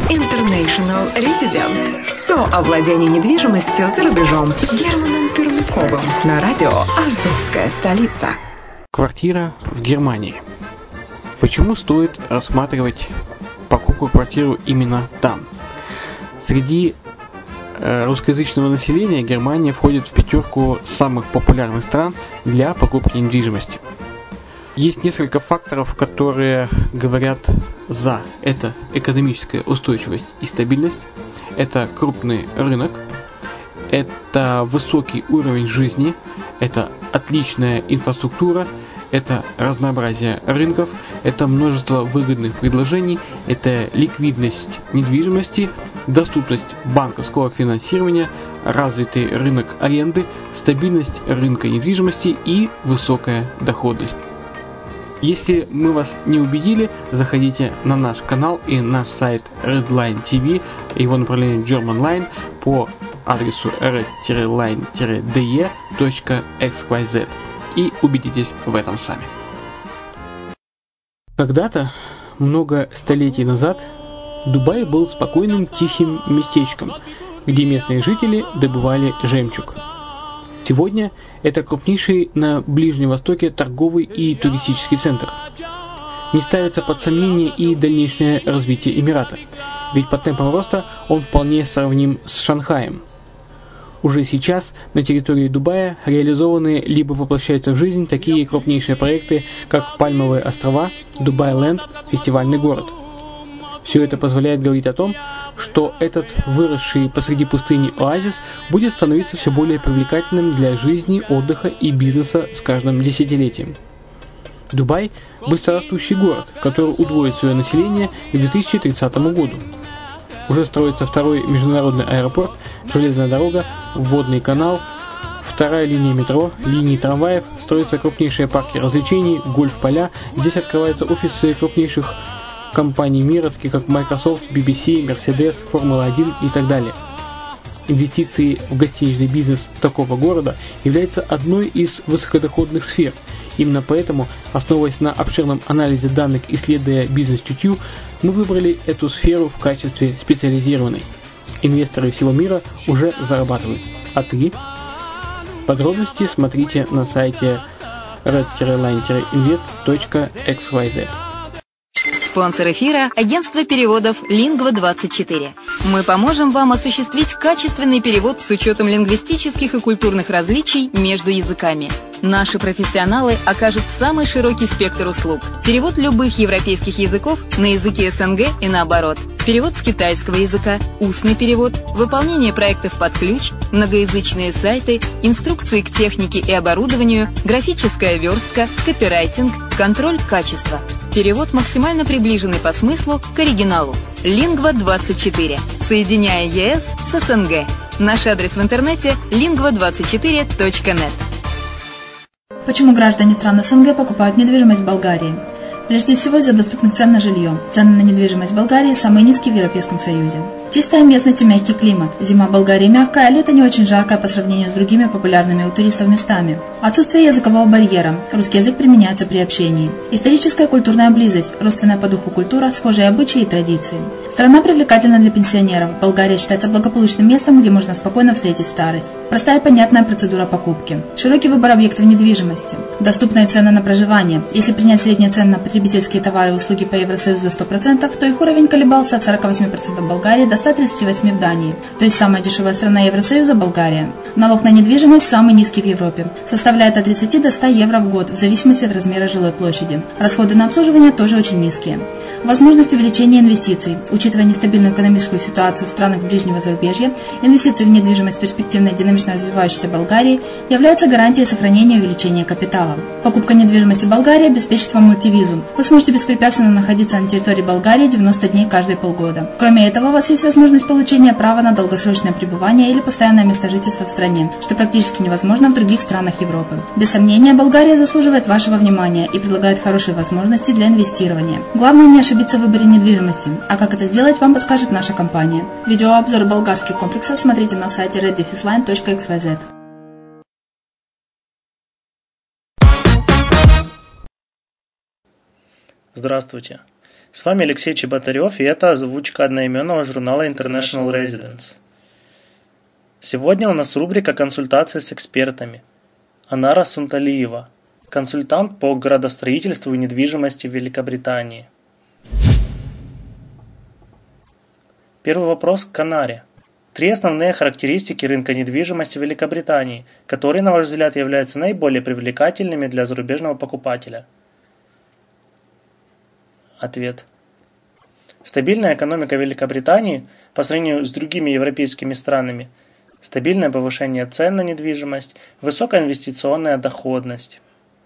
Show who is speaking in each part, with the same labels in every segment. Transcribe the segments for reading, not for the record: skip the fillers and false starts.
Speaker 1: International Residence. Все о владении недвижимостью за рубежом с Германом Пермяковым на радио «Азовская столица».
Speaker 2: Квартира в Германии. Почему стоит рассматривать покупку квартиры именно там? Среди русскоязычного населения Германия входит в пятерку самых популярных стран для покупки недвижимости. Есть несколько факторов, которые говорят за. Это экономическая устойчивость и стабильность, это крупный рынок, это высокий уровень жизни, это отличная инфраструктура, это разнообразие рынков, это множество выгодных предложений, это ликвидность недвижимости, доступность банковского финансирования, развитый рынок аренды, стабильность рынка недвижимости и высокая доходность. Если мы вас не убедили, заходите на наш канал и наш сайт Redline TV, его направление German Line по адресу red-line-de.xyz и убедитесь в этом сами. Когда-то, много столетий назад, Дубай был спокойным тихим местечком, где местные жители добывали жемчуг. Сегодня это крупнейший на Ближнем Востоке торговый и туристический центр. Не ставится под сомнение и дальнейшее развитие Эмирата, ведь по темпам роста он вполне сравним с Шанхаем. Уже сейчас на территории Дубая реализованы либо воплощаются в жизнь такие крупнейшие проекты, как Пальмовые острова, Дубай-Ленд, фестивальный город. Все это позволяет говорить о том, что этот выросший посреди пустыни оазис будет становиться все более привлекательным для жизни, отдыха и бизнеса с каждым десятилетием. Дубай – быстрорастущий город, который удвоит свое население к 2030 году. Уже строится второй международный аэропорт, железная дорога, водный канал, вторая линия метро, линии трамваев, строятся крупнейшие парки развлечений, гольф-поля, здесь открываются офисы крупнейших компаний мира, такие как Microsoft, BBC, Mercedes, Формула-1 и так далее. Инвестиции в гостиничный бизнес такого города являются одной из высокодоходных сфер. Именно поэтому, основываясь на обширном анализе данных, исследуя бизнес-чутью, мы выбрали эту сферу в качестве специализированной. Инвесторы всего мира уже зарабатывают. А ты? Подробности смотрите на сайте red-line-invest.xyz.
Speaker 3: Спонсор эфира – агентство переводов Lingva24. Мы поможем вам осуществить качественный перевод с учетом лингвистических и культурных различий между языками. Наши профессионалы окажут самый широкий спектр услуг. Перевод любых европейских языков на языки СНГ и наоборот. Перевод с китайского языка, устный перевод, выполнение проектов под ключ, многоязычные сайты, инструкции к технике и оборудованию, графическая верстка, копирайтинг, контроль качества. Перевод максимально приближенный по смыслу к оригиналу. Lingva24. Соединяя ЕС с СНГ. Наш адрес в интернете lingva24.net.
Speaker 4: Почему граждане стран СНГ покупают недвижимость в Болгарии? Прежде всего из-за доступных цен на жилье. Цены на недвижимость в Болгарии самые низкие в Европейском Союзе. Чистая местность и мягкий климат. Зима в Болгарии мягкая, а лето не очень жаркое по сравнению с другими популярными у туристов местами. Отсутствие языкового барьера. Русский язык применяется при общении. Историческая и культурная близость. Родственная по духу культура, схожие обычаи и традиции. Страна привлекательна для пенсионеров. Болгария считается благополучным местом, где можно спокойно встретить старость. Простая и понятная процедура покупки. Широкий выбор объектов недвижимости. Доступные цены на проживание. Если принять средние цены на потребительские товары и услуги по Евросоюзу за 100%, то их уровень колебался от 48% в Болгарии до 138% в Дании. То есть самая дешевая страна Евросоюза – Болгария. Налог на недвижимость самый низкий в Европе. Составляет от 30 до 100 евро в год, в зависимости от размера жилой площади. Расходы на обслуживание тоже очень низкие. Возможность увеличения инвестиций. Учитывая нестабильную экономическую ситуацию в странах ближнего зарубежья, инвестиции в недвижимость перспективной и динамично развивающейся Болгарии являются гарантией сохранения и увеличения капитала. Покупка недвижимости в Болгарии обеспечит вам мультивизу. Вы сможете беспрепятственно находиться на территории Болгарии 90 дней каждые полгода. Кроме этого, у вас есть возможность получения права на долгосрочное пребывание или постоянное место жительства в стране, что практически невозможно в других странах Европы. Без сомнения, Болгария заслуживает вашего внимания и предлагает хорошие возможности для инвестирования. Главное не ошибиться в выборе недвижимости, а как это сделать, вам подскажет наша компания. Видеообзор болгарских комплексов смотрите на сайте red-line.xyz.
Speaker 5: Здравствуйте! С вами Алексей Чеботарев, и это озвучка одноименного журнала International Residence. Сегодня у нас рубрика «Консультации с экспертами». Анара Сунталиева, консультант по градостроительству и недвижимости в Великобритании. Первый вопрос к Анаре. 3 основные характеристики рынка недвижимости в Великобритании, которые, на ваш взгляд, являются наиболее привлекательными для зарубежного покупателя. Ответ. Стабильная экономика Великобритании по сравнению с другими европейскими странами, стабильное повышение цен на недвижимость, высокая инвестиционная доходность.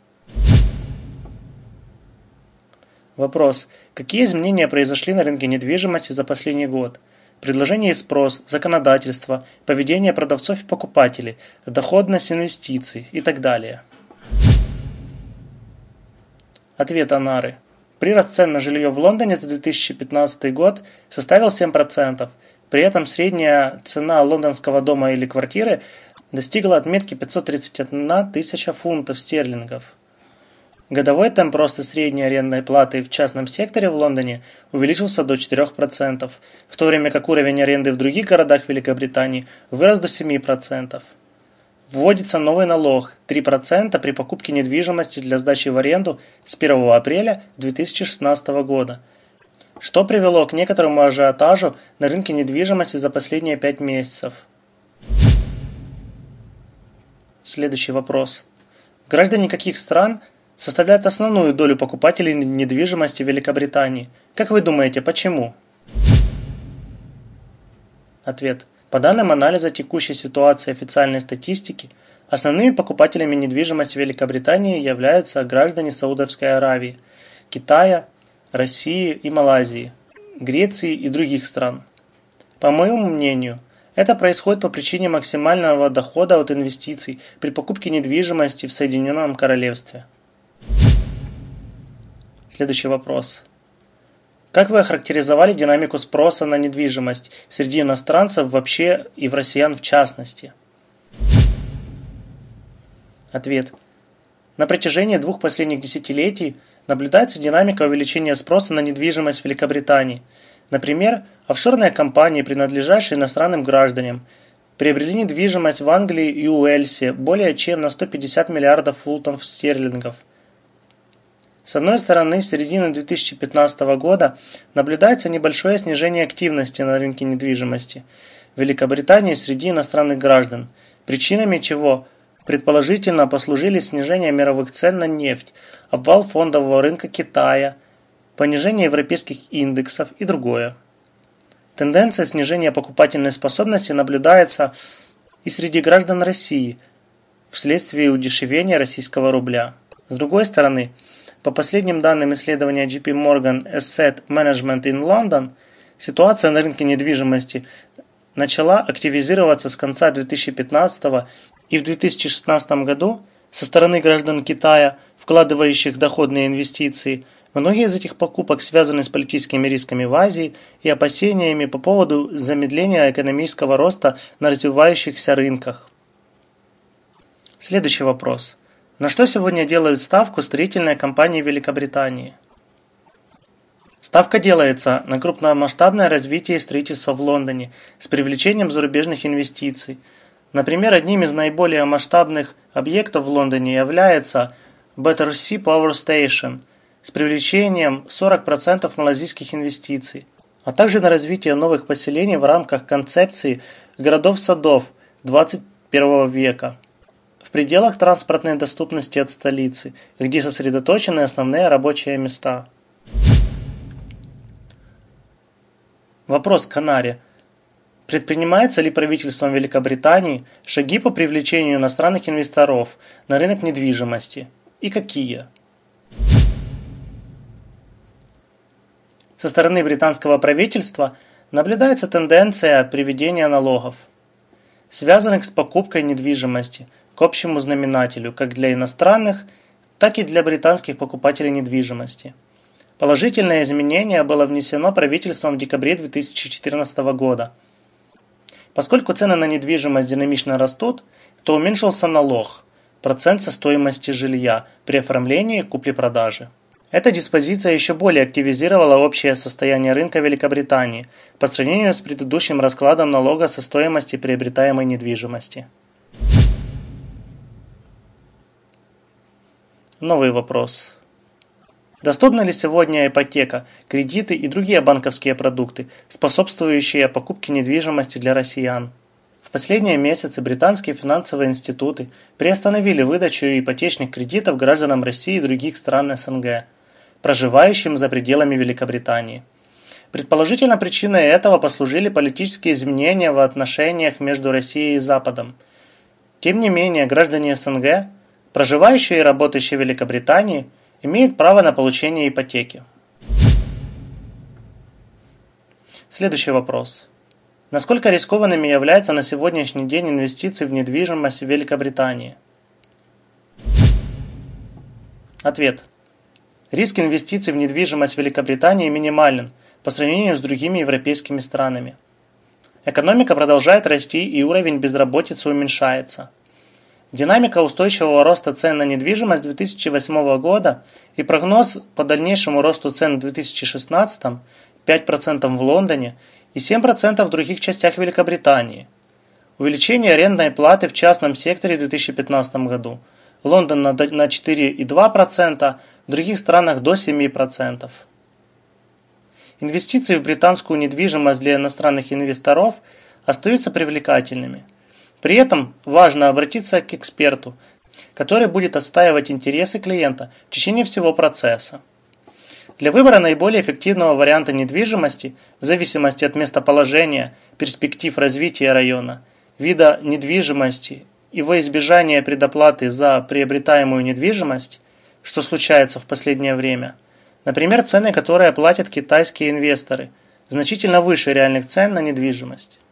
Speaker 5: Вопрос. Какие изменения произошли на рынке недвижимости за последний год? Предложение и спрос, законодательство, поведение продавцов и покупателей, доходность инвестиций и так далее. Ответ Анары. Прирост цен на жилье в Лондоне за 2015 год составил 7%. При этом средняя цена лондонского дома или квартиры достигла отметки 531 тысяча фунтов стерлингов. Годовой темп роста средней арендной платы в частном секторе в Лондоне увеличился до 4%, в то время как уровень аренды в других городах Великобритании вырос до 7%. Вводится новый налог 3% при покупке недвижимости для сдачи в аренду с 1 апреля 2016 года, что привело к некоторому ажиотажу на рынке недвижимости за последние 5 месяцев. Следующий вопрос. Граждане каких стран составляют основную долю покупателей недвижимости в Великобритании? Как вы думаете, почему? Ответ. По данным анализа текущей ситуации официальной статистики, основными покупателями недвижимости в Великобритании являются граждане Саудовской Аравии, Китая, России и Малайзии, Греции и других стран. По моему мнению, это происходит по причине максимального дохода от инвестиций при покупке недвижимости в Соединенном Королевстве. Следующий вопрос. Как вы охарактеризовали динамику спроса на недвижимость среди иностранцев вообще и в россиян в частности? Ответ. На протяжении 2 последних десятилетий наблюдается динамика увеличения спроса на недвижимость в Великобритании. Например, офшорные компании, принадлежащие иностранным гражданам, приобрели недвижимость в Англии и Уэльсе более чем на 150 миллиардов фунтов стерлингов. С одной стороны, с середины 2015 года наблюдается небольшое снижение активности на рынке недвижимости в Великобритании среди иностранных граждан, причинами чего предположительно послужили снижение мировых цен на нефть, обвал фондового рынка Китая, понижение европейских индексов и другое. Тенденция снижения покупательной способности наблюдается и среди граждан России вследствие удешевления российского рубля. С другой стороны, по последним данным исследования JP Morgan Asset Management in London, ситуация на рынке недвижимости начала активизироваться с конца 2015 и в 2016 году со стороны граждан Китая, вкладывающих доходные инвестиции. Многие из этих покупок связаны с политическими рисками в Азии и опасениями по поводу замедления экономического роста на развивающихся рынках. Следующий вопрос. На что сегодня делают ставку строительные компании в Великобритании? Ставка делается на крупномасштабное развитие строительства в Лондоне с привлечением зарубежных инвестиций. Например, одним из наиболее масштабных объектов в Лондоне является Battersea Power Station с привлечением 40% малайзийских инвестиций, а также на развитие новых поселений в рамках концепции городов-садов 21 века. В пределах транспортной доступности от столицы, где сосредоточены основные рабочие места. Вопрос к Анаре. Предпринимаются ли правительством Великобритании шаги по привлечению иностранных инвесторов на рынок недвижимости? И какие? Со стороны британского правительства наблюдается тенденция приведения налогов, связанных с покупкой недвижимости, к общему знаменателю как для иностранных, так и для британских покупателей недвижимости. Положительное изменение было внесено правительством в декабре 2014 года. Поскольку цены на недвижимость динамично растут, то уменьшился налог, процент со стоимости жилья при оформлении купли-продажи. Эта диспозиция еще более активизировала общее состояние рынка Великобритании по сравнению с предыдущим раскладом налога со стоимости приобретаемой недвижимости. Новый вопрос. Доступна ли сегодня ипотека, кредиты и другие банковские продукты, способствующие покупке недвижимости для россиян? В последние месяцы британские финансовые институты приостановили выдачу ипотечных кредитов гражданам России и других стран СНГ, проживающим за пределами Великобритании. Предположительно, причиной этого послужили политические изменения в отношениях между Россией и Западом. Тем не менее, граждане СНГ, проживающие и работающие в Великобритании, имеют право на получение ипотеки. Следующий вопрос. Насколько рискованными являются на сегодняшний день инвестиции в недвижимость в Великобритании? Ответ. Риск инвестиций в недвижимость в Великобритании минимален по сравнению с другими европейскими странами. Экономика продолжает расти и уровень безработицы уменьшается. Динамика устойчивого роста цен на недвижимость 2008 года и прогноз по дальнейшему росту цен в 2016 5% в Лондоне и 7% в других частях Великобритании. Увеличение арендной платы в частном секторе в 2015 году. Лондон на 4,2%, в других странах до 7%. Инвестиции в британскую недвижимость для иностранных инвесторов остаются привлекательными. При этом важно обратиться к эксперту, который будет отстаивать интересы клиента в течение всего процесса. Для выбора наиболее эффективного варианта недвижимости, в зависимости от местоположения, перспектив развития района, вида недвижимости и во избежание предоплаты за приобретаемую недвижимость, что случается в последнее время, например, цены, которые платят китайские инвесторы, значительно выше реальных цен на недвижимость.